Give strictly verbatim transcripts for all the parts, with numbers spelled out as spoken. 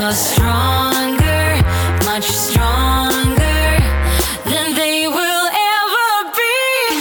are stronger, much stronger than they will ever be.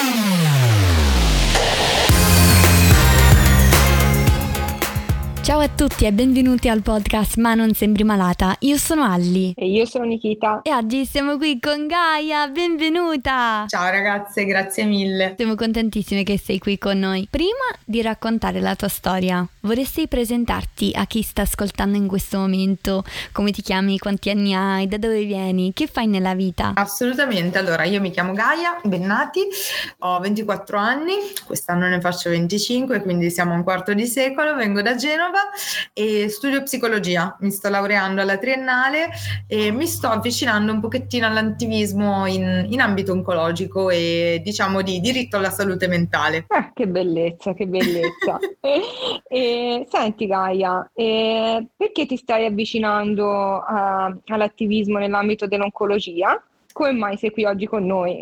Ciao a tutti e benvenuti al podcast Ma non sembri malata. Io sono Alli. E io sono Nikita. E oggi siamo qui con Gaia, benvenuta! Ciao ragazze, grazie mille. Siamo contentissime che sei qui con noi. Prima di raccontare la tua storia, vorresti presentarti a chi sta ascoltando in questo momento? Come ti chiami, quanti anni hai, da dove vieni, che fai nella vita? Assolutamente, allora io mi chiamo Gaia Bennati, ho ventiquattro anni, quest'anno ne faccio venticinque, quindi siamo a un quarto di secolo, vengo da Genova e studio psicologia, mi sto laureando alla triennale e mi sto avvicinando un pochettino all'attivismo in, in ambito oncologico e diciamo di diritto alla salute mentale. Ah, che bellezza, che bellezza. e, e, senti Gaia, e perché ti stai avvicinando a- all'attivismo nell'ambito dell'oncologia? Come mai sei qui oggi con noi?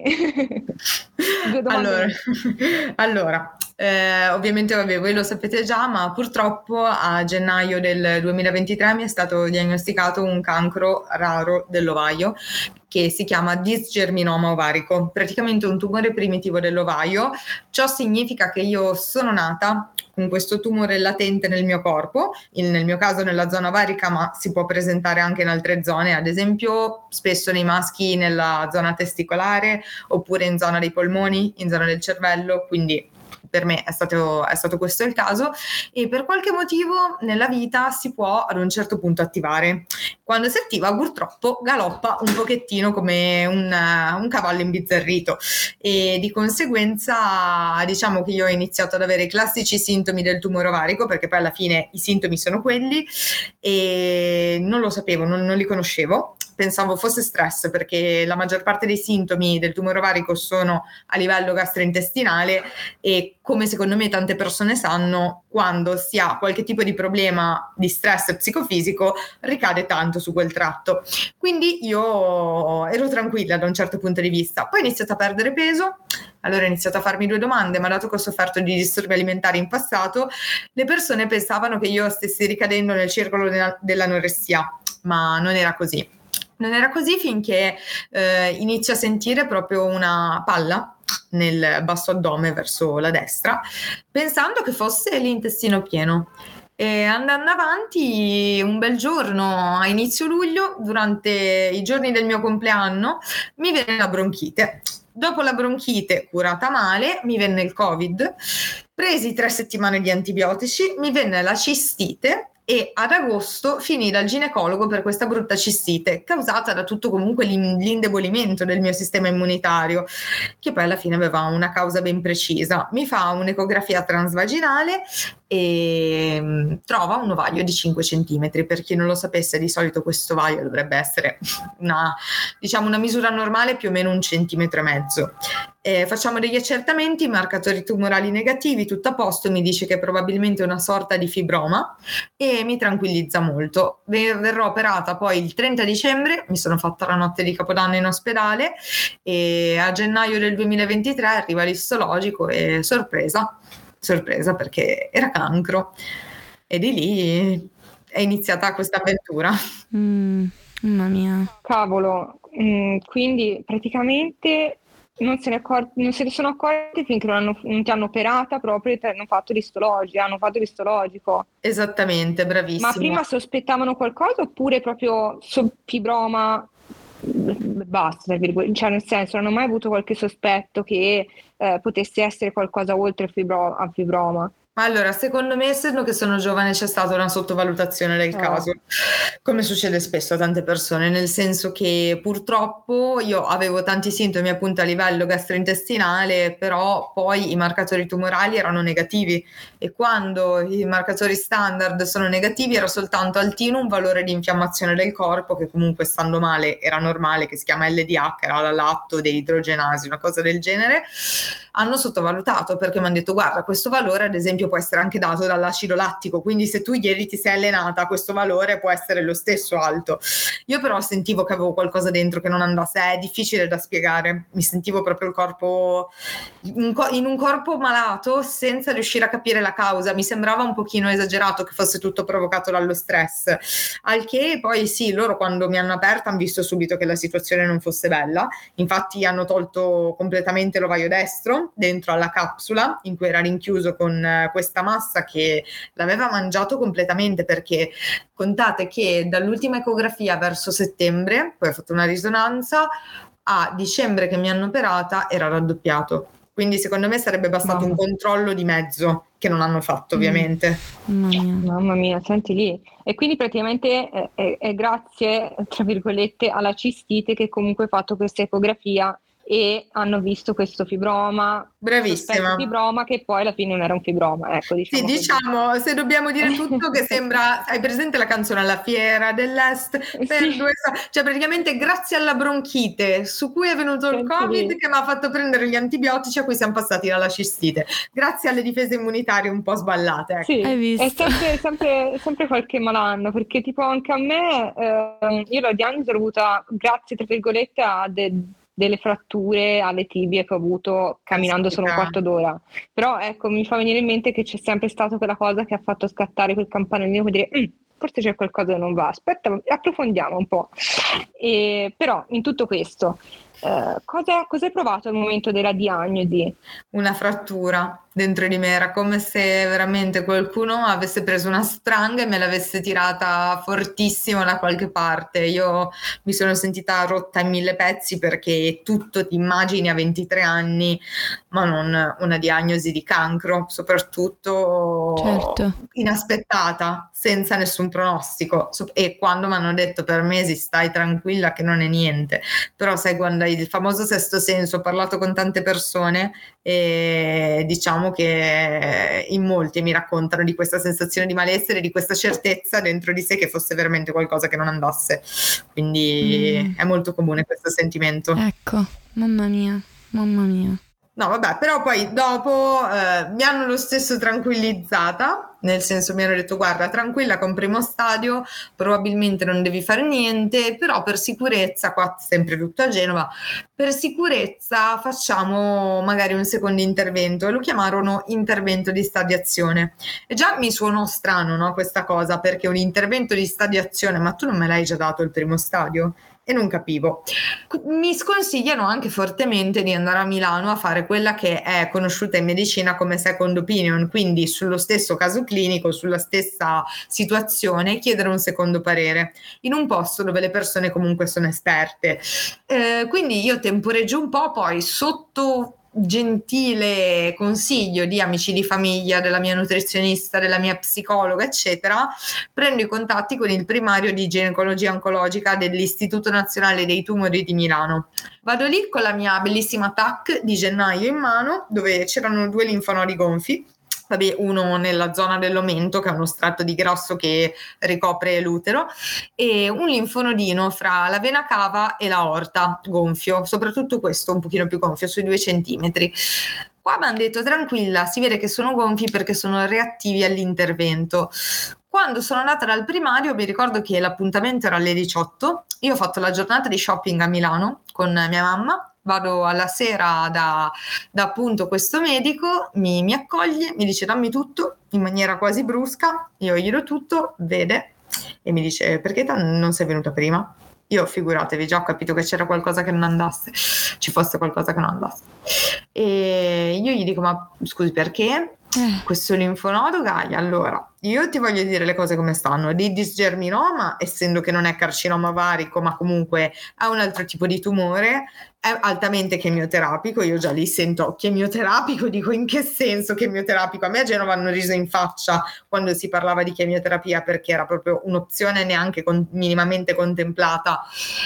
Due domande. Allora, allora eh, ovviamente vabbè, voi lo sapete già, ma purtroppo a gennaio del duemilaventitré mi è stato diagnosticato un cancro raro dell'ovaio che si chiama disgerminoma ovarico, praticamente un tumore primitivo dell'ovaio. Ciò significa che io sono nata con questo tumore latente nel mio corpo, in- nel mio caso nella zona ovarica, ma si può presentare anche in altre zone, ad esempio spesso nei maschi nella zona testicolare, oppure in zona dei polmoni, in zona del cervello, quindi per me è stato, è stato questo il caso e per qualche motivo nella vita si può ad un certo punto attivare. Quando si attiva purtroppo galoppa un pochettino come un, un cavallo imbizzarrito e di conseguenza diciamo che io ho iniziato ad avere i classici sintomi del tumore ovarico, perché poi alla fine i sintomi sono quelli e non lo sapevo, non, non li conoscevo. Pensavo fosse stress perché la maggior parte dei sintomi del tumore ovarico sono a livello gastrointestinale e come secondo me tante persone sanno, quando si ha qualche tipo di problema di stress psicofisico ricade tanto su quel tratto. Quindi io ero tranquilla da un certo punto di vista. Poi ho iniziato a perdere peso. Allora ho iniziato a farmi due domande, ma dato che ho sofferto di disturbi alimentari in passato, le persone pensavano che io stessi ricadendo nel circolo della- dell'anoressia, ma non era così. Non era così finché eh, inizio a sentire proprio una palla nel basso addome verso la destra, pensando che fosse l'intestino pieno. E andando avanti, un bel giorno a inizio luglio, durante i giorni del mio compleanno, mi venne la bronchite. Dopo la bronchite curata male, mi venne il Covid, presi tre settimane di antibiotici, mi venne la cistite e ad agosto finì dal ginecologo per questa brutta cistite causata da tutto comunque l'in- l'indebolimento del mio sistema immunitario, che poi alla fine aveva una causa ben precisa. Mi fa un'ecografia transvaginale e mh, trova un ovaio di cinque centimetri. Per chi non lo sapesse, di solito questo ovaio dovrebbe essere una, diciamo, una misura normale più o meno un centimetro e mezzo. Eh, facciamo degli accertamenti, marcatori tumorali negativi, tutto a posto, mi dice che probabilmente è una sorta di fibroma e mi tranquillizza molto. Ve- Verrò operata poi il trenta dicembre, mi sono fatta la notte di Capodanno in ospedale e a gennaio del duemilaventitré arriva l'istologico e sorpresa, sorpresa perché era cancro e di lì è iniziata questa avventura. Mm, mamma mia. Cavolo, mm, quindi praticamente non se ne accor- non se ne sono accorti finché non, hanno- non ti hanno operata proprio e ti hanno fatto l'istologico, hanno fatto l'istologico. Esattamente, bravissimo. Ma prima sospettavano qualcosa oppure proprio so- fibroma, b- basta, tra virgolette, cioè nel senso non hanno mai avuto qualche sospetto che eh, potesse essere qualcosa oltre il fibro- al fibroma? Ma allora, secondo me, essendo che sono giovane, c'è stata una sottovalutazione del Ah. caso, come succede spesso a tante persone, nel senso che purtroppo io avevo tanti sintomi appunto a livello gastrointestinale, però poi i marcatori tumorali erano negativi e quando i marcatori standard sono negativi era soltanto altino un valore di infiammazione del corpo che comunque stando male era normale, che si chiama L D H, era la latto deidrogenasi, una cosa del genere. hanno sottovalutato, perché mi hanno detto guarda, questo valore ad esempio può essere anche dato dall'acido lattico, quindi se tu ieri ti sei allenata questo valore può essere lo stesso alto. Io però sentivo che avevo qualcosa dentro che non andasse, è difficile da spiegare, mi sentivo proprio il corpo in un corpo malato senza riuscire a capire la causa, mi sembrava un pochino esagerato che fosse tutto provocato dallo stress, al che poi sì, loro quando mi hanno aperta hanno visto subito che la situazione non fosse bella, infatti hanno tolto completamente l'ovaio destro dentro alla capsula in cui era rinchiuso con questa massa che l'aveva mangiato completamente, perché contate che dall'ultima ecografia verso settembre, poi ho fatto una risonanza, a dicembre che mi hanno operata era raddoppiato, quindi secondo me sarebbe bastato Mamma. un controllo di mezzo che non hanno fatto ovviamente. Mamma mia. Mamma mia, senti lì. E quindi praticamente è, è- è grazie, tra virgolette, alla cistite che comunque hai fatto questa ecografia e hanno visto questo fibroma, Bravissima. sospetto fibroma, che poi alla fine non era un fibroma, ecco, Sì, diciamo così. diciamo, se dobbiamo dire tutto, che sembra, hai presente la canzone alla fiera dell'est? Per Sì. due sa- cioè praticamente grazie alla bronchite su cui è venuto il Senti Covid lì. che mi ha fatto prendere gli antibiotici a cui siamo passati dalla cistite, grazie alle difese immunitarie un po' sballate, ecco. Sì, Hai visto? è sempre, sempre, sempre qualche malanno, perché tipo anche a me, ehm, io la diagnosi l'ho avuta grazie, tra virgolette, a de- delle fratture alle tibie che ho avuto camminando solo un quarto d'ora. Però ecco, mi fa venire in mente che c'è sempre stata quella cosa che ha fatto scattare quel campanellino per dire "Mm, forse c'è qualcosa che non va, aspetta, approfondiamo un po'". E, però in tutto questo, eh, cosa, cosa hai provato al momento della diagnosi? Una frattura dentro di me, era come se veramente qualcuno avesse preso una spranga e me l'avesse tirata fortissimo da qualche parte. Io mi sono sentita rotta in mille pezzi, perché tutto ti immagini a ventitré anni, ma non una diagnosi di cancro, soprattutto Certo. inaspettata, senza nessun pronostico. So- E quando mi hanno detto per mesi stai tranquilla che non è niente, però sai, quando hai il famoso sesto senso, ho parlato con tante persone e diciamo che in molti mi raccontano di questa sensazione di malessere, di questa certezza dentro di sé che fosse veramente qualcosa che non andasse, quindi Mm. è molto comune questo sentimento. Ecco, mamma mia, mamma mia. No, vabbè, però poi dopo eh, mi hanno lo stesso tranquillizzata, nel senso mi hanno detto guarda, tranquilla, con primo stadio probabilmente non devi fare niente, però per sicurezza, qua sempre tutto a Genova, per sicurezza facciamo magari un secondo intervento, e lo chiamarono intervento di stadiazione. E già mi suonò strano, no, questa cosa, perché un intervento di stadiazione, ma tu non me l'hai già dato il primo stadio? E non capivo. Mi sconsigliano anche fortemente di andare a Milano a fare quella che è conosciuta in medicina come second opinion, quindi sullo stesso caso clinico, sulla stessa situazione, chiedere un secondo parere in un posto dove le persone comunque sono esperte. Eh, quindi io temporeggio un po', poi sotto gentile consiglio di amici di famiglia, della mia nutrizionista, della mia psicologa, eccetera, prendo i contatti con il primario di ginecologia oncologica dell'Istituto Nazionale dei Tumori di Milano. Vado lì con la mia bellissima T A C di gennaio in mano, dove c'erano due linfonodi gonfi. Vabbè, uno nella zona dell'omento, che è uno strato di grasso che ricopre l'utero, e un linfonodino fra la vena cava e l'aorta gonfio, soprattutto questo un pochino più gonfio, sui due centimetri. Qua mi hanno detto tranquilla, si vede che sono gonfi perché sono reattivi all'intervento. Quando sono andata dal primario mi ricordo che l'appuntamento era alle diciotto, io ho fatto la giornata di shopping a Milano con mia mamma, vado alla sera da, da appunto questo medico, mi, mi accoglie, mi dice dammi tutto in maniera quasi brusca, io gli do tutto, vede e mi dice perché te non sei venuta prima? Io figuratevi, già ho capito che c'era qualcosa che non andasse, ci fosse qualcosa che non andasse. E io gli dico ma scusi perché? Eh, Questo linfonodo, Gaia, allora io ti voglio dire le cose come stanno. Di disgerminoma, essendo che non è carcinoma varico, ma comunque ha un altro tipo di tumore, è altamente chemioterapico. Io già lì sento chemioterapico, dico in che senso chemioterapico? A me a Genova hanno riso in faccia quando si parlava di chemioterapia, perché era proprio un'opzione neanche con, minimamente contemplata.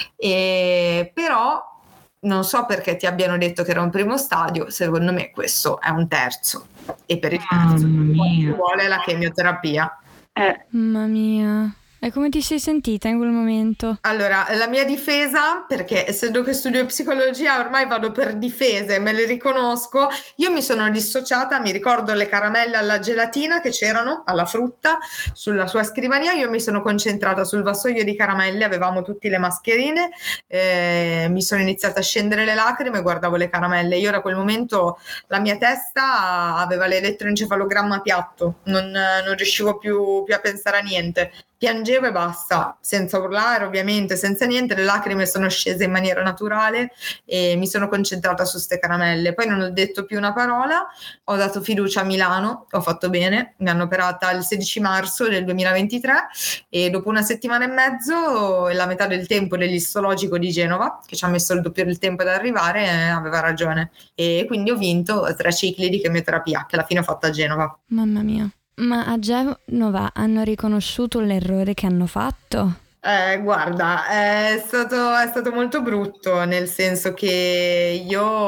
E, però non so perché ti abbiano detto che era un primo stadio, secondo me questo è un terzo, e per il terzo Mamma ci mia. vuole la chemioterapia. Eh, mamma mia. E come ti sei sentita in quel momento? Allora, la mia difesa, perché essendo che studio psicologia ormai vado per difese, me le riconosco, io mi sono dissociata, mi ricordo le caramelle alla gelatina che c'erano, alla frutta, sulla sua scrivania, io mi sono concentrata sul vassoio di caramelle, avevamo tutte le mascherine, eh, mi sono iniziata a scendere le lacrime, guardavo le caramelle, io da quel momento la mia testa aveva l'elettroencefalogramma piatto, non, non riuscivo più, più a pensare a niente. Piangevo e basta, senza urlare ovviamente, senza niente, le lacrime sono scese in maniera naturale e mi sono concentrata su ste caramelle. Poi non ho detto più una parola, ho dato fiducia a Milano, ho fatto bene, mi hanno operata il sedici marzo del duemilaventitré e dopo una settimana e mezzo, la metà del tempo dell'istologico di Genova, che ci ha messo il doppio del tempo ad arrivare, eh, aveva ragione. E quindi ho vinto tre cicli di chemioterapia, che alla fine ho fatto a Genova. Mamma mia. Ma a Genova hanno riconosciuto l'errore che hanno fatto? Eh, guarda, è stato, è stato molto brutto, nel senso che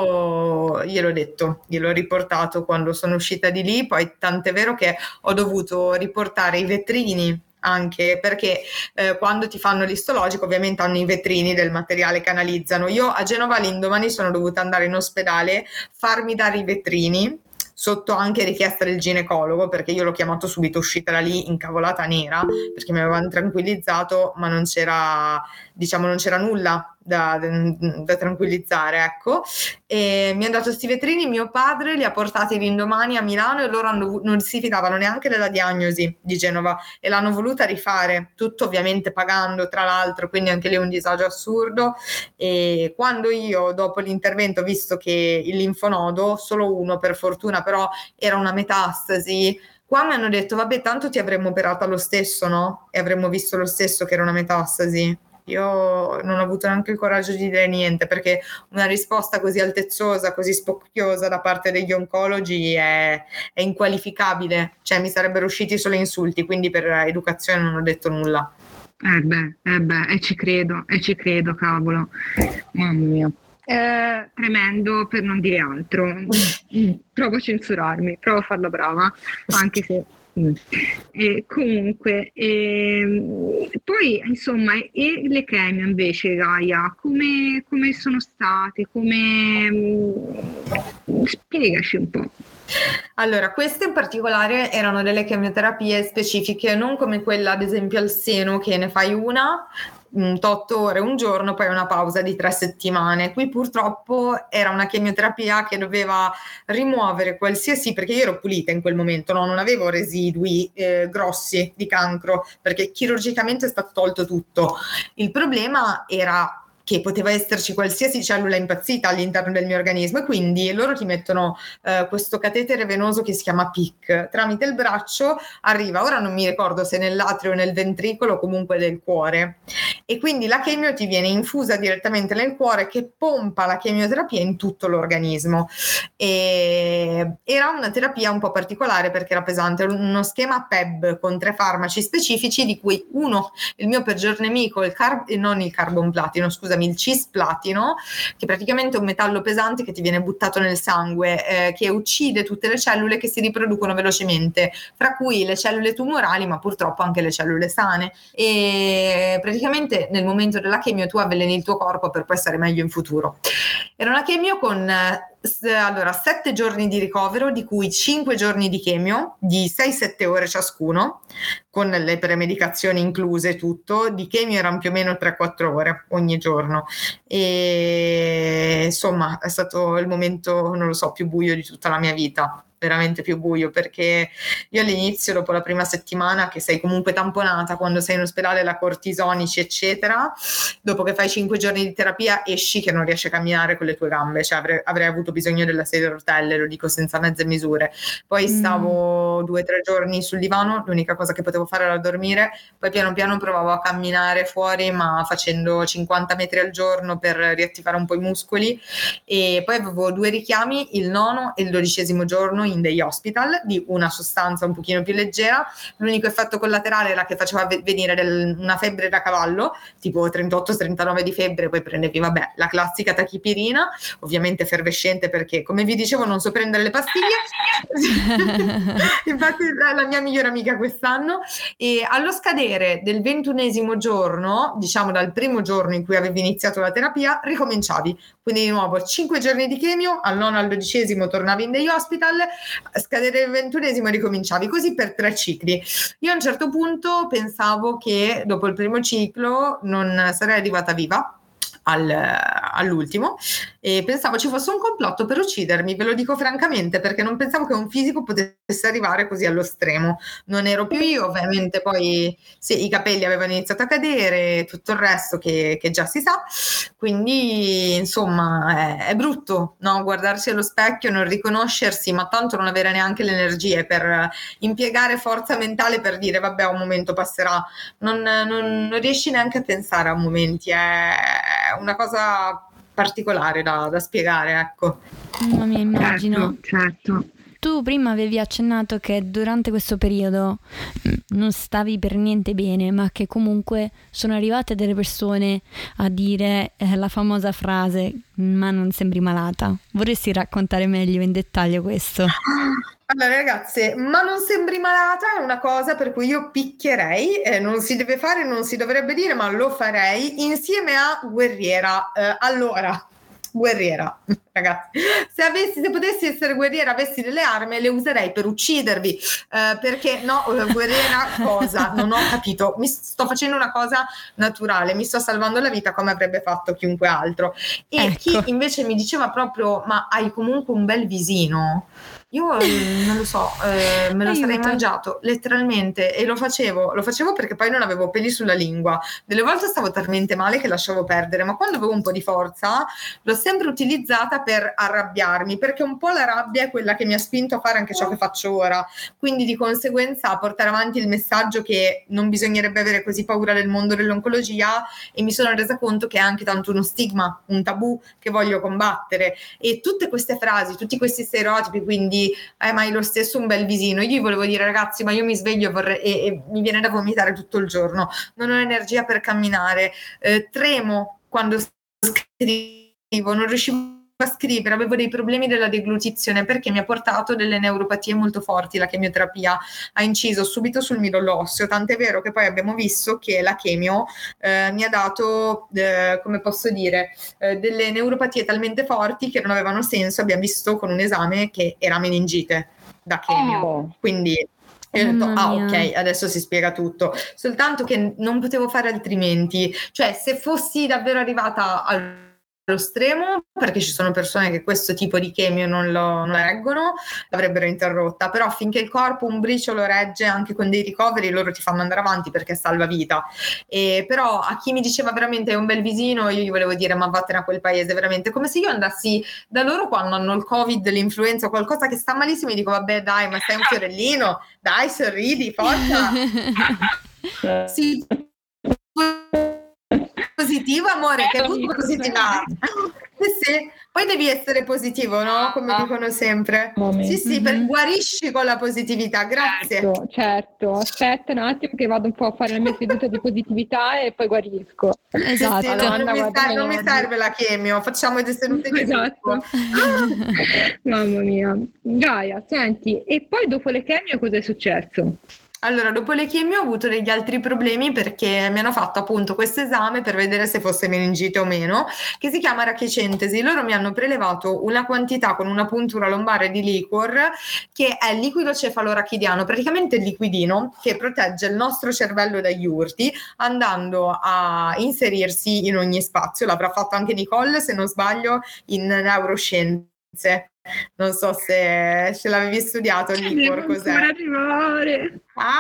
io gliel'ho detto, gliel'ho riportato quando sono uscita di lì, poi tant'è vero che ho dovuto riportare i vetrini, anche perché eh, quando ti fanno l'istologico ovviamente hanno i vetrini del materiale che analizzano. Io a Genova l'indomani sono dovuta andare in ospedale, farmi dare i vetrini, sotto anche richiesta del ginecologo, perché io l'ho chiamato subito uscita da lì incavolata nera, perché mi avevano tranquillizzato, ma non c'era, diciamo, non c'era nulla da, da tranquillizzare, ecco. E mi ha dato sti vetrini, mio padre li ha portati l'indomani a Milano e loro hanno, non si fidavano neanche della diagnosi di Genova e l'hanno voluta rifare, tutto ovviamente pagando tra l'altro, quindi anche lì un disagio assurdo. E quando io dopo l'intervento ho visto che il linfonodo, solo uno per fortuna, però era una metastasi, qua mi hanno detto vabbè tanto ti avremmo operata lo stesso, no? E avremmo visto lo stesso che era una metastasi. Io non ho avuto neanche il coraggio di dire niente, perché una risposta così altezzosa, così spocchiosa da parte degli oncologi è, è inqualificabile, cioè mi sarebbero usciti solo insulti, quindi per educazione non ho detto nulla. Eh beh, eh beh, e ci credo, e ci credo, cavolo. Mamma mia. Eh, tremendo per non dire altro. Mm, provo a censurarmi, provo a farla brava, anche se... mm. E comunque, ehm, poi insomma, e le chemie invece, Gaia, come, come sono state? Come... mm, spiegaci un po'. Allora, queste in particolare erano delle chemioterapie specifiche, non come quella ad esempio al seno che ne fai una, otto ore un giorno, poi una pausa di tre settimane. Qui purtroppo era una chemioterapia che doveva rimuovere qualsiasi, perché io ero pulita in quel momento, no? Non avevo residui eh, grossi di cancro, perché chirurgicamente è stato tolto tutto. Il problema era che poteva esserci qualsiasi cellula impazzita all'interno del mio organismo e quindi loro ti mettono eh, questo catetere venoso che si chiama P I C tramite il braccio, arriva, ora non mi ricordo se nell'atrio o nel ventricolo o comunque del cuore, e quindi la chemio ti viene infusa direttamente nel cuore che pompa la chemioterapia in tutto l'organismo. E era una terapia un po' particolare perché era pesante, uno schema P E B con tre farmaci specifici, di cui uno, il mio peggior nemico, il car- non il carbon platino, scusa, il cisplatino, che praticamente è un metallo pesante che ti viene buttato nel sangue, eh, che uccide tutte le cellule che si riproducono velocemente, fra cui le cellule tumorali, ma purtroppo anche le cellule sane. E praticamente nel momento della chemio tu avveleni il tuo corpo per poi stare meglio in futuro. Era una chemio con eh, allora sette giorni di ricovero, di cui cinque giorni di chemio di sei sette ore ciascuno, con le premedicazioni incluse, tutto. Di chemio erano più o meno tre quattro ore ogni giorno e insomma è stato il momento, non lo so, più buio di tutta la mia vita, veramente più buio, perché io all'inizio, dopo la prima settimana che sei comunque tamponata, quando sei in ospedale la cortisonici eccetera, dopo che fai cinque giorni di terapia esci che non riesci a camminare con le tue gambe, cioè avrei, avrei avuto bisogno della sedia a rotelle, lo dico senza mezze misure. Poi stavo mm. due o tre giorni sul divano, l'unica cosa che potevo fare era dormire, poi piano piano provavo a camminare fuori, ma facendo cinquanta metri al giorno per riattivare un po' i muscoli, e poi avevo due richiami, il nono e il dodicesimo giorno in day hospital di una sostanza un pochino più leggera. L'unico effetto collaterale era che faceva venire del, una febbre da cavallo, tipo trentotto trentanove di febbre, poi prendevi, vabbè, la classica tachipirina, ovviamente effervescente perché, come vi dicevo, non so prendere le pastiglie. Infatti è la mia migliore amica quest'anno. E allo scadere del ventunesimo giorno, diciamo dal primo giorno in cui avevi iniziato la terapia, ricominciavi. Quindi di nuovo cinque giorni di chemio, al nono al dodicesimo tornavi in day hospital, a scadere il ventunesimo ricominciavi, così per tre cicli. Io a un certo punto pensavo che dopo il primo ciclo non sarei arrivata viva al, all'ultimo, e pensavo ci fosse un complotto per uccidermi, ve lo dico francamente, perché non pensavo che un fisico potesse arrivare così allo stremo. Non ero più io, ovviamente poi sì, i capelli avevano iniziato a cadere, tutto il resto che, che già si sa, quindi insomma è, è brutto, no? Guardarsi allo specchio, non riconoscersi, ma tanto non avere neanche le energie per impiegare forza mentale per dire vabbè, un momento passerà, non, non, non riesci neanche a pensare a momenti, è una cosa particolare da, da spiegare, ecco. Mamma mia, immagino. Certo, certo. Tu prima avevi accennato che durante questo periodo mh, non stavi per niente bene, ma che comunque sono arrivate delle persone a dire eh, la famosa frase "ma non sembri malata". Vorresti raccontare meglio in dettaglio questo? Allora ragazze, ma non sembri malata è una cosa per cui io picchierei, eh, non si deve fare, non si dovrebbe dire, ma lo farei insieme a guerriera. Eh, allora, guerriera, ragazzi, se avessi, se potessi essere guerriera, avessi delle armi, le userei per uccidervi, eh, perché no, guerriera cosa? Non ho capito, mi sto facendo una cosa naturale, mi sto salvando la vita come avrebbe fatto chiunque altro. E Ecco. chi invece mi diceva proprio, ma hai comunque un bel visino, io eh, non lo so, eh, me lo sarei Aiuto. mangiato letteralmente, e lo facevo, lo facevo perché poi non avevo peli sulla lingua. Delle volte stavo talmente male che lasciavo perdere, ma quando avevo un po' di forza l'ho sempre utilizzata per arrabbiarmi, perché un po' la rabbia è quella che mi ha spinto a fare anche ciò che faccio ora. Quindi di conseguenza a portare avanti il messaggio che non bisognerebbe avere così paura del mondo dell'oncologia, e mi sono resa conto che è anche tanto uno stigma, un tabù che voglio combattere. E tutte queste frasi, tutti questi stereotipi, quindi eh, ma hai lo stesso un bel visino, io gli volevo dire ragazzi, ma io mi sveglio e, vorrei, e, e mi viene da vomitare tutto il giorno, non ho energia per camminare, eh, tremo quando scrivo, non riuscivo a scrivere, avevo dei problemi della deglutizione perché mi ha portato delle neuropatie molto forti. La chemioterapia ha inciso subito sul midollo osseo, tant'è vero che poi abbiamo visto che la chemio eh, mi ha dato, eh, come posso dire, eh, delle neuropatie talmente forti che non avevano senso. Abbiamo visto con un esame che era meningite da chemio, Oh. quindi e ho detto, Mamma ah mia. ok, adesso si spiega tutto, soltanto che non potevo fare altrimenti, cioè se fossi davvero arrivata al allo stremo, perché ci sono persone che questo tipo di chemio non lo, non la reggono, l'avrebbero interrotta, però finché il corpo un briciolo regge anche con dei ricoveri, loro ti fanno andare avanti perché salva vita. E però a chi mi diceva veramente è un bel visino, io gli volevo dire ma vattene a quel paese, veramente, come se io andassi da loro quando hanno il covid, l'influenza o qualcosa che sta malissimo, e dico vabbè dai, ma sei un fiorellino, dai sorridi, forza. Sì, positivo amore, che è tutto positiva. Sì, sì. Poi devi essere positivo, no? Come dicono sempre. Sì, sì, per, Mhm. guarisci con la positività, grazie. Certo, certo, aspetta un attimo che vado un po' a fare la mia seduta di positività e poi guarisco. Sì, Esatto. sì, no, Allora, non, mi guarda, serve, non mi guarda. serve la chemio, facciamo delle sedute di Esatto. gruppo. Mamma mia. Gaia, senti, e poi dopo le chemio cosa è successo? Allora, dopo le chemio ho avuto degli altri problemi perché mi hanno fatto appunto questo esame per vedere se fosse meningite o meno, che si chiama rachicentesi. Loro mi hanno prelevato una quantità con una puntura lombare di liquor che è liquido cefalorachidiano, praticamente il liquidino che protegge il nostro cervello dagli urti andando a inserirsi in ogni spazio. L'avrà fatto anche Nicole, se non sbaglio, in neuroscienze. Non so se ce l'avevi studiato il liquor, Devo cos'è? ancora arrivare. Ah,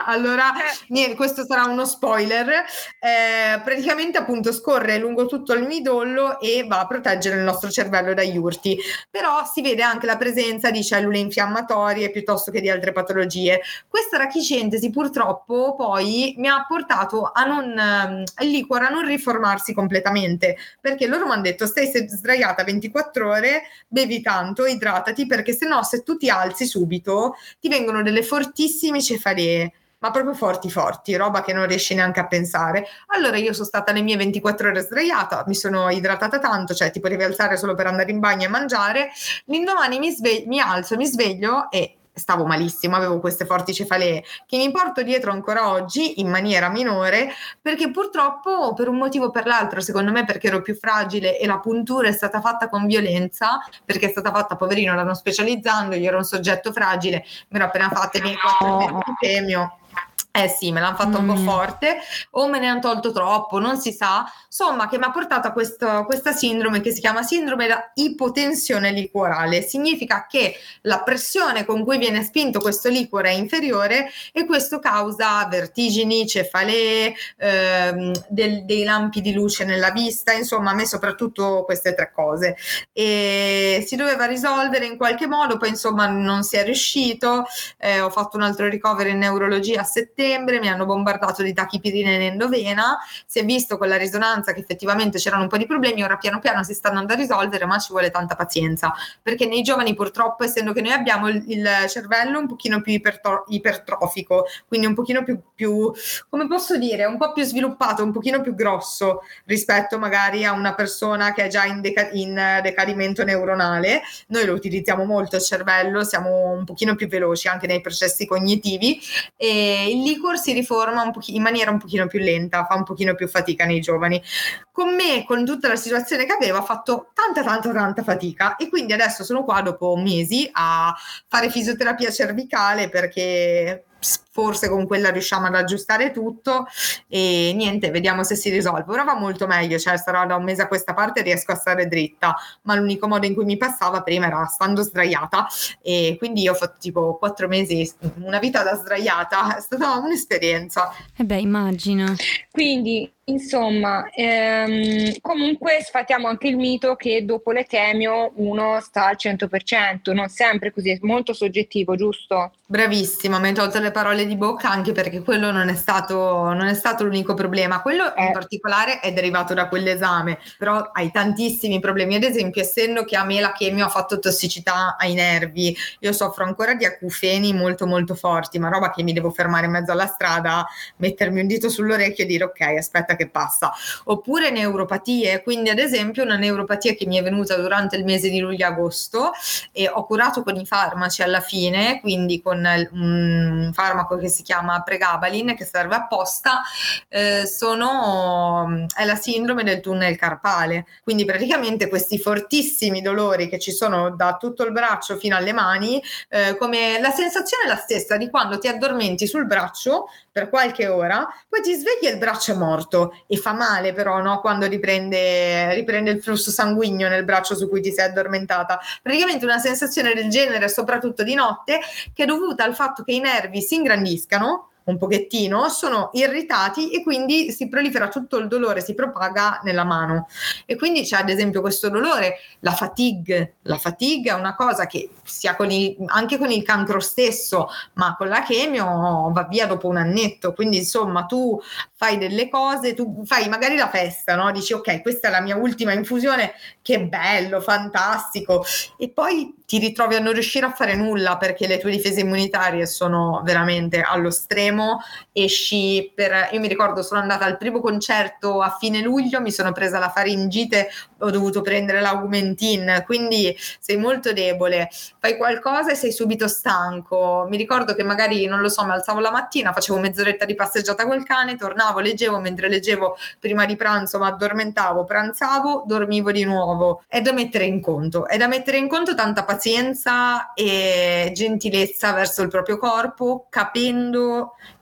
Allora, niente, questo sarà uno spoiler. Eh, praticamente appunto scorre lungo tutto il midollo e va a proteggere il nostro cervello dagli urti, però si vede anche la presenza di cellule infiammatorie piuttosto che di altre patologie. Questa rachicentesi purtroppo poi mi ha portato a non ehm, il liquor a non riformarsi completamente, perché loro mi hanno detto: stai sdraiata ventiquattro ore, bevi tanto, idratati, perché se no se tu ti alzi subito ti vengono delle fortissime cefalee, ma proprio forti forti, roba che non riesci neanche a pensare. Allora io sono stata le mie ventiquattro ore sdraiata, mi sono idratata tanto, cioè ti potevi alzare solo per andare in bagno e mangiare. L'indomani mi, sve- mi alzo, mi sveglio e stavo malissimo, avevo queste forti cefalee che mi porto dietro ancora oggi in maniera minore, perché purtroppo per un motivo o per l'altro, secondo me perché ero più fragile e la puntura è stata fatta con violenza, perché è stata fatta, poverino, l'hanno specializzando, io ero un soggetto fragile, mi ero appena fatta i miei quattro mesi di chemio. Eh sì, me l'hanno fatta un po' forte, o me ne hanno tolto troppo, non si sa. Insomma, che mi ha portato a questo, questa sindrome che si chiama sindrome da ipotensione liquorale. Significa che la pressione con cui viene spinto questo liquore è inferiore e questo causa vertigini, cefalee, ehm, del, dei lampi di luce nella vista, insomma a me soprattutto queste tre cose. E si doveva risolvere in qualche modo, poi insomma non si è riuscito. Eh, ho fatto un altro ricovero in neurologia a settembre, mi hanno bombardato di tachipirina in endovena, si è visto con la risonanza che effettivamente c'erano un po' di problemi, ora piano piano si stanno andando a risolvere, ma ci vuole tanta pazienza, perché nei giovani purtroppo, essendo che noi abbiamo il, il cervello un pochino più ipertro- ipertrofico, quindi un pochino più, più, come posso dire, un po' più sviluppato, un pochino più grosso rispetto magari a una persona che è già in, deca- in decadimento neuronale, noi lo utilizziamo molto il cervello, siamo un pochino più veloci anche nei processi cognitivi, e il liquor si riforma un pochi- in maniera un pochino più lenta, fa un pochino più fatica nei giovani. Con me, con tutta la situazione che avevo, ha fatto tanta tanta tanta fatica, e quindi adesso sono qua dopo mesi a fare fisioterapia cervicale, perché forse con quella riusciamo ad aggiustare tutto e niente, vediamo se si risolve. Ora va molto meglio, cioè sarà da un mese a questa parte riesco a stare dritta, ma l'unico modo in cui mi passava prima era stando sdraiata, e quindi ho fatto tipo quattro mesi, una vita da sdraiata, è stata un'esperienza. E beh, immagino. Quindi, insomma, ehm, comunque sfatiamo anche il mito che dopo le chemio uno sta al cento per cento, non sempre così, è molto soggettivo, giusto? Bravissima, mi hai tolto le parole di bocca, anche perché quello non è stato, non è stato l'unico problema. Quello in Eh. particolare è derivato da quell'esame, però hai tantissimi problemi. Ad esempio, essendo che a me la chemio ha fatto tossicità ai nervi, io soffro ancora di acufeni molto molto forti, ma roba che mi devo fermare in mezzo alla strada, mettermi un dito sull'orecchio e dire ok, aspetta che passa. Oppure neuropatie, quindi ad esempio una neuropatia che mi è venuta durante il mese di luglio-agosto e ho curato con i farmaci alla fine, quindi con un farmaco che si chiama Pregabalin, che serve apposta, eh, sono, è la sindrome del tunnel carpale, quindi praticamente questi fortissimi dolori che ci sono da tutto il braccio fino alle mani, eh, come la sensazione è la stessa di quando ti addormenti sul braccio per qualche ora, poi ti svegli e il braccio è morto e fa male però, no? Quando riprende, riprende il flusso sanguigno nel braccio su cui ti sei addormentata, praticamente una sensazione del genere, soprattutto di notte, che è dovuta al fatto che i nervi si ingrandiscano un pochettino, sono irritati e quindi si prolifera tutto il dolore, si propaga nella mano, e quindi c'è ad esempio questo dolore, la fatigue. La fatigue è una cosa che sia con i, anche con il cancro stesso, ma con la chemio va via dopo un annetto, quindi insomma tu fai delle cose, tu fai magari la festa, no? Dici ok, questa è la mia ultima infusione, che bello, fantastico, e poi ti ritrovi a non riuscire a fare nulla perché le tue difese immunitarie sono veramente allo stremo, esci per... Io mi ricordo, sono andata al primo concerto a fine luglio, mi sono presa la faringite, ho dovuto prendere l'Augmentin, quindi sei molto debole, fai qualcosa e sei subito stanco. Mi ricordo che magari, non lo so, mi alzavo la mattina, facevo mezz'oretta di passeggiata col cane, tornavo, leggevo, mentre leggevo prima di pranzo mi addormentavo, pranzavo, dormivo di nuovo. È da mettere in conto, è da mettere in conto tanta pazienza e gentilezza verso il proprio corpo, capendo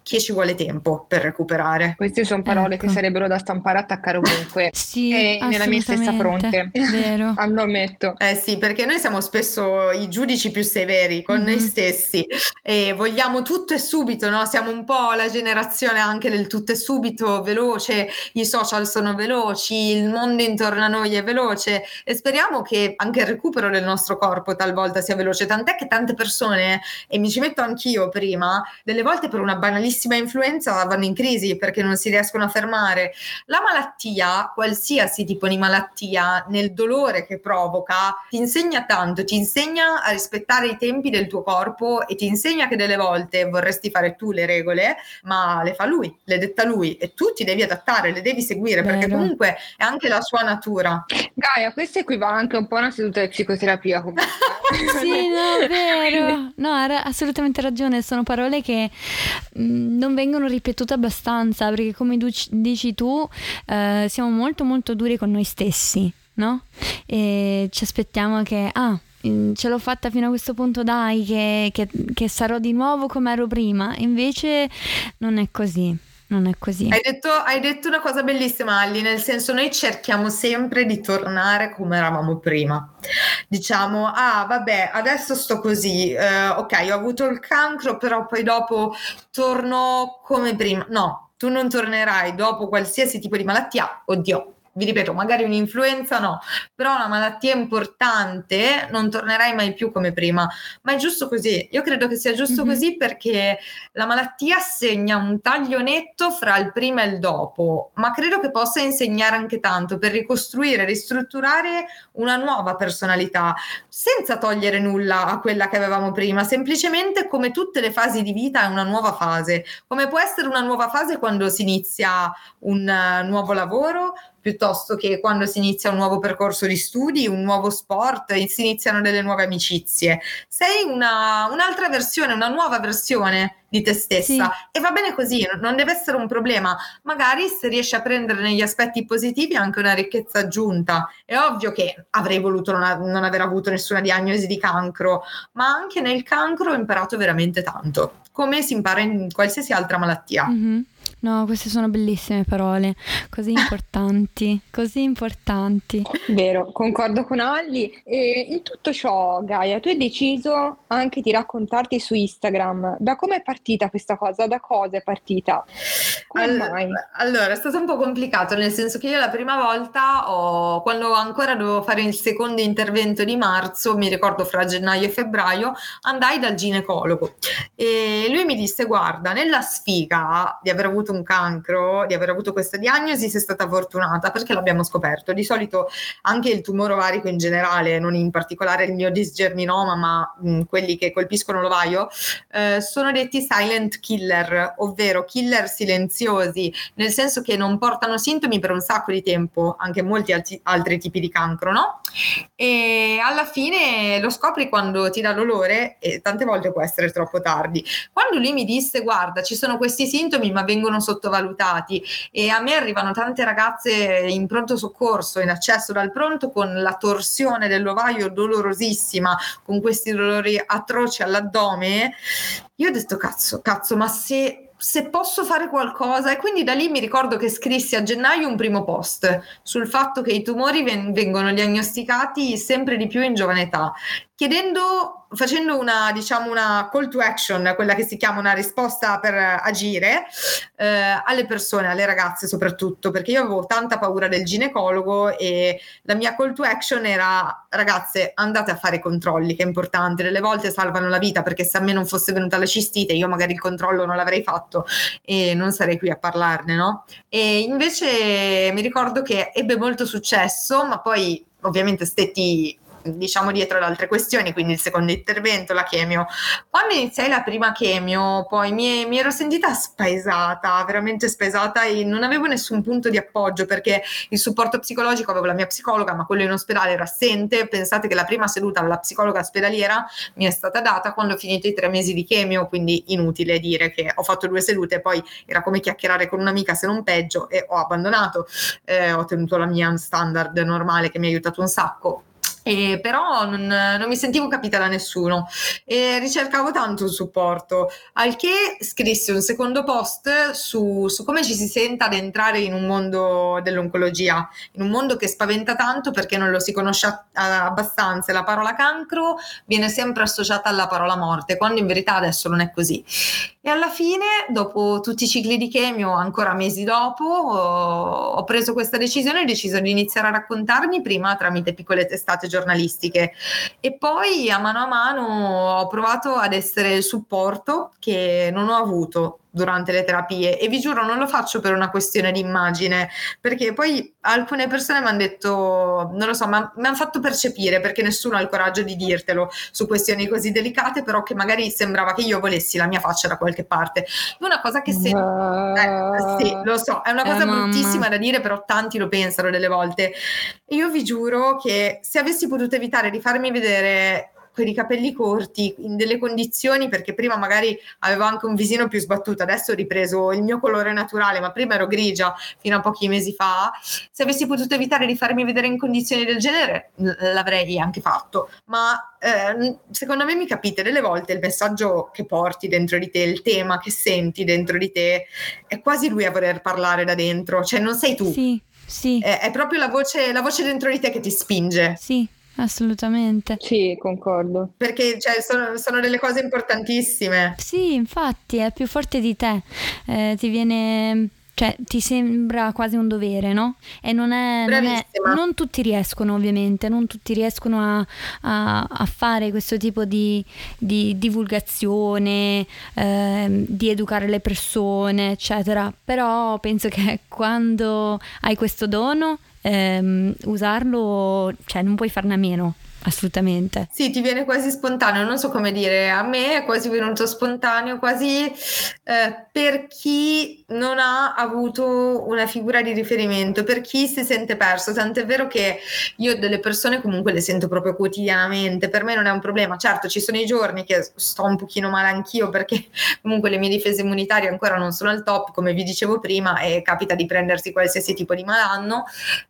che ci vuole tempo per recuperare. Queste sono parole Ecco. che sarebbero da stampare e attaccare ovunque. Sì, E nella mia stessa fronte. assolutamente, vero. Lo ammetto. Eh sì, perché noi siamo spesso i giudici più severi con noi Mhm. stessi e vogliamo tutto e subito, no? Siamo un po' la generazione anche del tutto e subito, veloce, i social sono veloci, il mondo intorno a noi è veloce e speriamo che anche il recupero del nostro corpo talvolta sia veloce, tant'è che tante persone, e mi ci metto anch'io prima, delle volte per una banalissima influenza vanno in crisi perché non si riescono a fermare. La malattia, qualsiasi tipo di malattia, nel dolore che provoca, ti insegna tanto, ti insegna a rispettare i tempi del tuo corpo e ti insegna che delle volte vorresti fare tu le regole, ma le fa lui, le detta lui e tu ti devi adattare, le devi seguire perché Vero. comunque è anche la sua natura. Gaia, questo equivale anche un po' a una seduta di psicoterapia comunque. Sì, no, vero. No, ha ra- assolutamente ragione. Sono parole che mh, non vengono ripetute abbastanza perché, come du- dici tu, eh, siamo molto, molto duri con noi stessi, no? E ci aspettiamo che, ah, mm, ce l'ho fatta fino a questo punto, dai, che, che, che sarò di nuovo come ero prima. Invece non è così. Non è così. Hai detto, hai detto una cosa bellissima, Alli, nel senso noi cerchiamo sempre di tornare come eravamo prima. Diciamo, ah vabbè, adesso sto così, eh, ok, ho avuto il cancro, però poi dopo torno come prima. No, tu non tornerai dopo qualsiasi tipo di malattia, oddio. Vi ripeto, magari un'influenza no, però una malattia importante non tornerai mai più come prima, ma è giusto così. Io credo che sia giusto Mhm. così perché la malattia segna un taglio netto fra il prima e il dopo, ma credo che possa insegnare anche tanto per ricostruire, ristrutturare una nuova personalità, senza togliere nulla a quella che avevamo prima, semplicemente come tutte le fasi di vita è una nuova fase, come può essere una nuova fase quando si inizia un uh, nuovo lavoro, piuttosto che quando si inizia un nuovo percorso di studi, un nuovo sport, e si iniziano delle nuove amicizie. Sei una, un'altra versione, una nuova versione di te stessa e va bene così, non deve essere un problema. Magari se riesci a prendere negli aspetti positivi anche una ricchezza aggiunta. È ovvio che avrei voluto non, a- non aver avuto nessuna diagnosi di cancro, ma anche nel cancro ho imparato veramente tanto, come si impara in qualsiasi altra malattia. Mhm. No, queste sono bellissime parole, così importanti, così importanti. Vero, concordo con Alli. E in tutto ciò, Gaia, tu hai deciso anche di raccontarti su Instagram. Da come è partita questa cosa? Da cosa è partita? Come All- mai? Allora, è stato un po' complicato, nel senso che io la prima volta, ho, quando ancora dovevo fare il secondo intervento di marzo, mi ricordo fra gennaio e febbraio, andai dal ginecologo e lui mi disse: guarda, nella sfiga di aver avuto un cancro, di aver avuto questa diagnosi, sei stata fortunata perché l'abbiamo scoperto. Di solito anche il tumore ovarico in generale, non in particolare il mio disgerminoma, ma mh, quelli che colpiscono l'ovaio, eh, sono detti silent killer, ovvero killer silenziosi, nel senso che non portano sintomi per un sacco di tempo, anche molti altri, altri tipi di cancro, no? E alla fine lo scopri quando ti dà dolore e tante volte può essere troppo tardi. Quando lui mi disse: guarda, ci sono questi sintomi ma vengono sottovalutati, e a me arrivano tante ragazze in pronto soccorso, in accesso dal pronto, con la torsione dell'ovaio dolorosissima, con questi dolori atroci all'addome, io ho detto cazzo, cazzo, ma se se posso fare qualcosa. E quindi da lì mi ricordo che scrissi a gennaio un primo post sul fatto che i tumori ven- vengono diagnosticati sempre di più in giovane età, chiedendo, facendo una, diciamo, una call to action, quella che si chiama una risposta per agire, eh, alle persone, alle ragazze soprattutto, perché io avevo tanta paura del ginecologo e la mia call to action era: ragazze, andate a fare i controlli, che è importante, delle volte salvano la vita, perché se a me non fosse venuta la cistite io magari il controllo non l'avrei fatto e non sarei qui a parlarne, no? E invece mi ricordo che ebbe molto successo, ma poi ovviamente stetti, diciamo, dietro ad altre questioni, quindi il secondo intervento, la chemio. Quando iniziai la prima chemio, poi mi, mi ero sentita spaesata, veramente spaesata, e non avevo nessun punto di appoggio, perché il supporto psicologico avevo la mia psicologa, ma quello in ospedale era assente. Pensate che la prima seduta alla psicologa ospedaliera mi è stata data quando ho finito i tre mesi di chemio, quindi inutile dire che ho fatto due sedute, poi era come chiacchierare con un'amica, se non peggio, e ho abbandonato. Eh, ho tenuto la mia standard normale che mi ha aiutato un sacco. E però non, non mi sentivo capita da nessuno e ricercavo tanto un supporto, al che scrissi un secondo post su, su come ci si senta ad entrare in un mondo dell'oncologia, in un mondo che spaventa tanto perché non lo si conosce a- a- abbastanza. La parola cancro viene sempre associata alla parola morte, quando in verità adesso non è così. E alla fine, dopo tutti i cicli di chemio, ancora mesi dopo, ho, ho preso questa decisione, ho deciso di iniziare a raccontarmi prima tramite piccole testate giornalistiche e poi a mano a mano ho provato ad essere il supporto che non ho avuto durante le terapie, e vi giuro non lo faccio per una questione di immagine, perché poi alcune persone mi hanno detto, non lo so, ma mi hanno fatto percepire, perché nessuno ha il coraggio di dirtelo su questioni così delicate, però che magari sembrava che io volessi la mia faccia da qualche parte. È una cosa che se... Eh, sì, lo so, è una Eh, cosa mamma. bruttissima da dire, però tanti lo pensano delle volte. Io vi giuro che se avessi potuto evitare di farmi vedere quei capelli corti in delle condizioni, perché prima magari avevo anche un visino più sbattuto, adesso ho ripreso il mio colore naturale, ma prima ero grigia fino a pochi mesi fa, se avessi potuto evitare di farmi vedere in condizioni del genere l- l'avrei anche fatto. Ma eh, secondo me mi capite, delle volte il messaggio che porti dentro di te, il tema che senti dentro di te, è quasi lui a voler parlare da dentro, cioè non sei tu. Sì, sì, È, è proprio la voce, la voce dentro di te che ti spinge, sì, assolutamente. Sì, concordo. perché cioè, sono, sono delle cose importantissime. Sì, infatti è più forte di te, eh, ti viene, cioè ti sembra quasi un dovere, no? E non è, non è, Bravissima. non tutti riescono ovviamente, non tutti riescono a, a- a fare questo tipo di, di divulgazione, ehm, di educare le persone, eccetera. Però penso che quando hai questo dono, ehm, usarlo, cioè non puoi farne a meno, assolutamente. Sì, ti viene quasi spontaneo, non so come dire, a me è quasi venuto spontaneo, quasi eh, per chi non ha avuto una figura di riferimento, per chi si sente perso, tant'è vero che io delle persone comunque le sento proprio quotidianamente, per me non è un problema. Certo, ci sono i giorni che sto un pochino male anch'io perché comunque le mie difese immunitarie ancora non sono al top, come vi dicevo prima, e capita di prendersi qualsiasi tipo di malanno,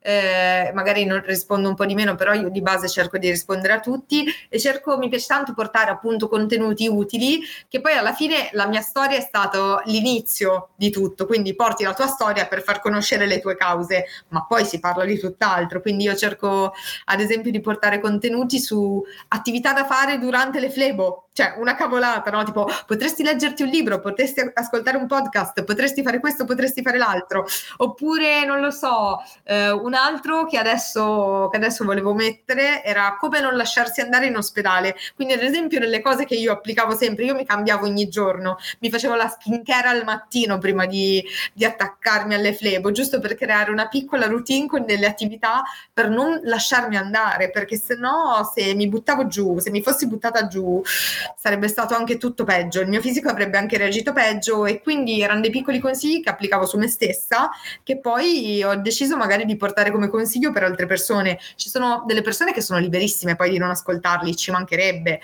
eh, magari non rispondo un po' di meno, però io di base cerco di rispondere a tutti e cerco, mi piace tanto portare appunto contenuti utili, che poi alla fine la mia storia è stato l'inizio di tutto, quindi porti la tua storia per far conoscere le tue cause, ma poi si parla di tutt'altro, quindi io cerco ad esempio di portare contenuti su attività da fare durante le flebo, cioè una cavolata, no? Tipo potresti leggerti un libro, potresti ascoltare un podcast, potresti fare questo, potresti fare l'altro, oppure non lo so, eh, un altro che adesso, che adesso volevo mettere era come non lasciarsi andare in ospedale, quindi ad esempio nelle cose che io applicavo sempre, io mi cambiavo ogni giorno, mi facevo la skincare al mattino prima di, di attaccarmi alle flebo, giusto per creare una piccola routine con delle attività per non lasciarmi andare, perché se no se mi buttavo giù, se mi fossi buttata giù sarebbe stato anche tutto peggio, il mio fisico avrebbe anche reagito peggio, e quindi erano dei piccoli consigli che applicavo su me stessa che poi ho deciso magari di portare come consiglio per altre persone. Ci sono delle persone che sono liberissime poi di non ascoltarli, ci mancherebbe,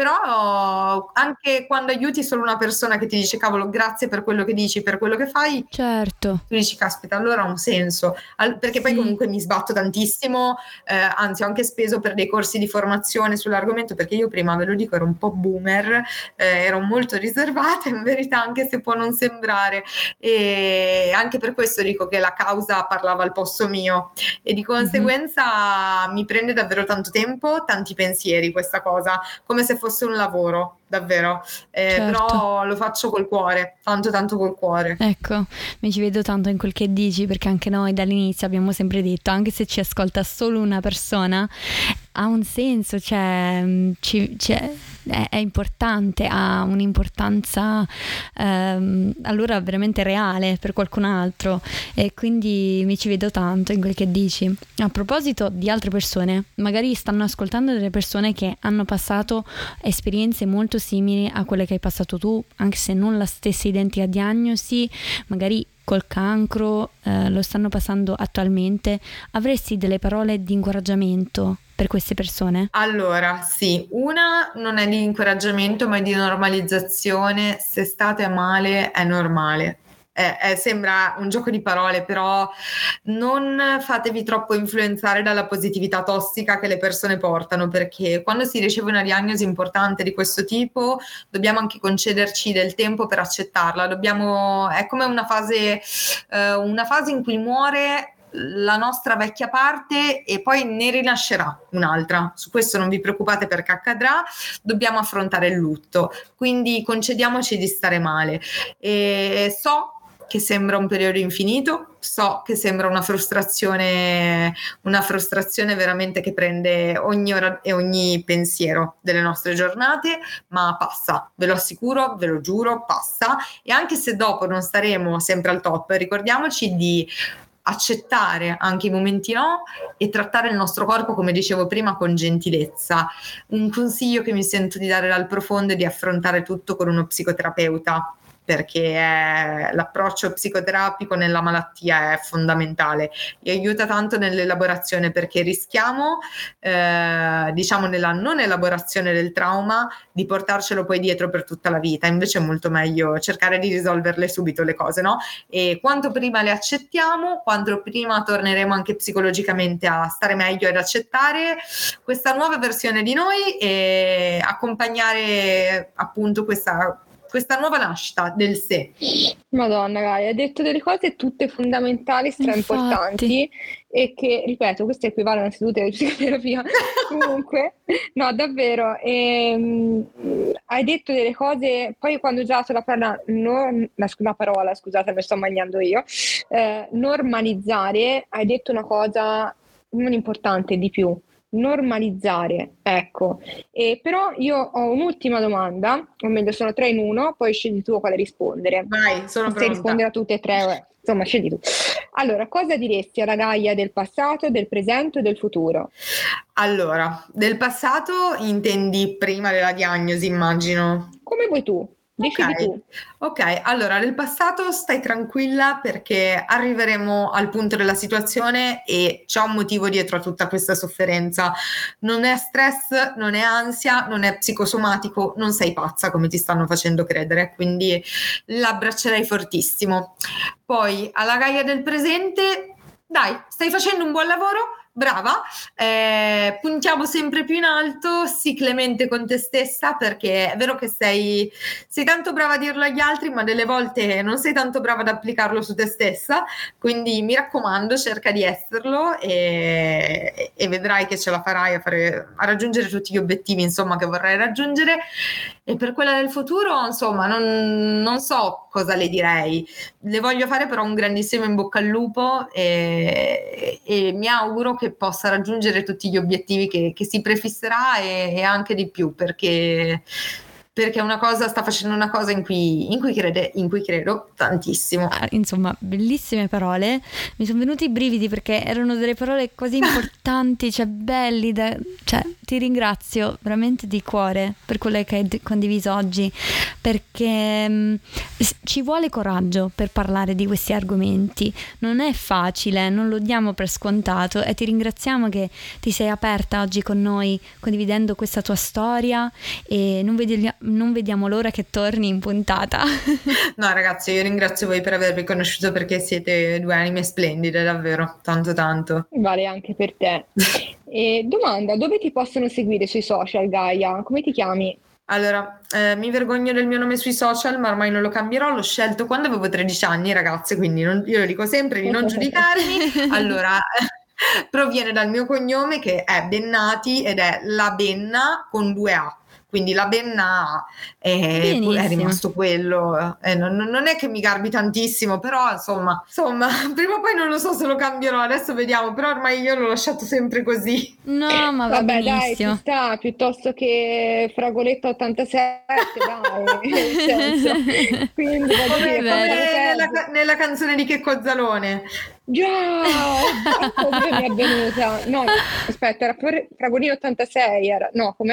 però anche quando aiuti solo una persona che ti dice cavolo grazie per quello che dici, per quello che fai, Certo. tu dici caspita allora ha un senso. Al- perché poi Sì. comunque mi sbatto tantissimo, eh, anzi ho anche speso per dei corsi di formazione sull'argomento, perché io prima ve lo dico ero un po' boomer, eh, ero molto riservata in verità, anche se può non sembrare, e anche per questo dico che la causa parlava al posto mio, e di conseguenza mi prende davvero tanto tempo, tanti pensieri questa cosa, come se fosse un lavoro davvero. Eh, Certo. però lo faccio col cuore, tanto tanto col cuore. Ecco, mi ci vedo tanto in quel che dici, perché anche noi dall'inizio abbiamo sempre detto, anche se ci ascolta solo una persona, ha un senso, cioè, mm, ci- cioè, è, è importante, ha un'importanza ehm, allora veramente reale per qualcun altro, e quindi mi ci vedo tanto in quel che dici. A proposito di altre persone, magari stanno ascoltando delle persone che hanno passato esperienze molto simili a quelle che hai passato tu, anche se non la stessa identica diagnosi, magari col cancro, eh, lo stanno passando attualmente. Avresti delle parole di incoraggiamento per queste persone? Allora, sì, una non è di incoraggiamento, ma è di normalizzazione. Se state male è normale. eh, eh, sembra un gioco di parole, però non fatevi troppo influenzare dalla positività tossica che le persone portano, perché quando si riceve una diagnosi importante di questo tipo dobbiamo anche concederci del tempo per accettarla. Dobbiamo, è come una fase, eh, una fase in cui muore la nostra vecchia parte e poi ne rinascerà un'altra. Su questo non vi preoccupate perché accadrà, dobbiamo affrontare il lutto, quindi concediamoci di stare male. E so che sembra un periodo infinito, so che sembra una frustrazione, una frustrazione veramente che prende ogni ora e ogni pensiero delle nostre giornate, ma passa, ve lo assicuro, ve lo giuro, passa. E anche se dopo non staremo sempre al top, ricordiamoci di accettare anche i momenti no e trattare il nostro corpo, come dicevo prima, con gentilezza. Un consiglio che mi sento di dare dal profondo è di affrontare tutto con uno psicoterapeuta, perché è, l'approccio psicoterapico nella malattia è fondamentale e aiuta tanto nell'elaborazione, perché rischiamo eh, diciamo nella non elaborazione del trauma di portarcelo poi dietro per tutta la vita. Invece è molto meglio cercare di risolverle subito le cose, no? E quanto prima le accettiamo, quanto prima torneremo anche psicologicamente a stare meglio ed accettare questa nuova versione di noi e accompagnare appunto questa questa nuova nascita del sé. Madonna, Gaia, hai detto delle cose tutte fondamentali, straimportanti e che, ripeto, questo equivale a una seduta di psicoterapia. Comunque, no, davvero, ehm, hai detto delle cose, poi quando ho usato la parola, non, la, la parola, scusate, mi sto mangiando io, eh, normalizzare, hai detto una cosa non importante di più. Normalizzare, ecco. E però io ho un'ultima domanda, o meglio sono tre in uno, poi scegli tu quale rispondere. Vai, sono Se pronta. rispondere a tutte e tre, insomma, scegli tu. Allora, cosa diresti alla Gaia del passato, del presente e del futuro? Allora, del passato intendi prima della diagnosi, immagino. Come vuoi tu? Decidi Ok, tu. ok, allora nel passato stai tranquilla perché arriveremo al punto della situazione e c'è un motivo dietro a tutta questa sofferenza. Non è stress, non è ansia, non è psicosomatico, non sei pazza come ti stanno facendo credere, quindi l'abbraccerei fortissimo. Poi alla Gaia del presente, dai, stai facendo un buon lavoro? Brava, eh, puntiamo sempre più in alto, sii clemente con te stessa, perché è vero che sei, sei tanto brava a dirlo agli altri, ma delle volte non sei tanto brava ad applicarlo su te stessa, quindi mi raccomando, cerca di esserlo e, e vedrai che ce la farai a, fare, a raggiungere tutti gli obiettivi, insomma, che vorrai raggiungere. E per quella del futuro, insomma, non, non so cosa le direi. Le voglio fare però un grandissimo in bocca al lupo e, e mi auguro che possa raggiungere tutti gli obiettivi che, che si prefisserà e, e anche di più, perché, perché una cosa, sta facendo una cosa in cui, in cui, crede, in cui credo tantissimo. Ah, insomma, bellissime parole. Mi sono venuti i brividi perché erano delle parole così importanti, cioè belli da, cioè ti ringrazio veramente di cuore per quello che hai condiviso oggi, perché mh, ci vuole coraggio per parlare di questi argomenti, non è facile, non lo diamo per scontato e ti ringraziamo che ti sei aperta oggi con noi condividendo questa tua storia e non vediamo, non vediamo l'ora che torni in puntata. No ragazzi, io ringrazio voi per avermi conosciuto perché siete due anime splendide, davvero, tanto tanto. Vale anche per te. E domanda, dove ti possono seguire sui social, Gaia? Come ti chiami? Allora, eh, mi vergogno del mio nome sui social, ma ormai non lo cambierò, l'ho scelto quando avevo tredici anni, ragazze, quindi non, io lo dico sempre di non giudicarmi. Allora, proviene dal mio cognome che è Bennati ed è La Benna con due A. Quindi La Benna è, è rimasto quello, eh, non, non è che mi garbi tantissimo, però insomma, insomma, prima o poi non lo so se lo cambierò, adesso vediamo, però ormai io l'ho lasciato sempre così. No, ma va Vabbè, benissimo. dai, ci sta, piuttosto che Fragoletta ottantasette, dai, nel senso. Quindi, voglio come, dire, come come nella, nella canzone di Checco Zalone. Già, ecco dove mi è venuta. No, aspetta, era Fragolino ottantasei, era, no, com'era?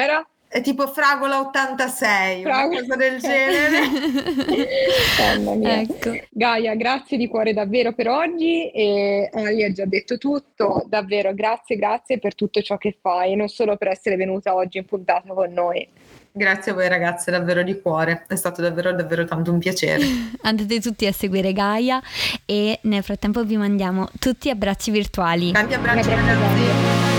è tipo Fragola ottantasei, Fragola. una cosa del genere. Mamma mia. Ecco. Gaia, grazie di cuore davvero per oggi, e Ali ha già detto tutto, davvero grazie, grazie per tutto ciò che fai, non solo per essere venuta oggi in puntata con noi. Grazie a voi ragazze, davvero di cuore, è stato davvero davvero tanto un piacere. Andate tutti a seguire Gaia e nel frattempo vi mandiamo tutti abbracci virtuali. Tanti abbracci Un abbraccio ragazzi. grande.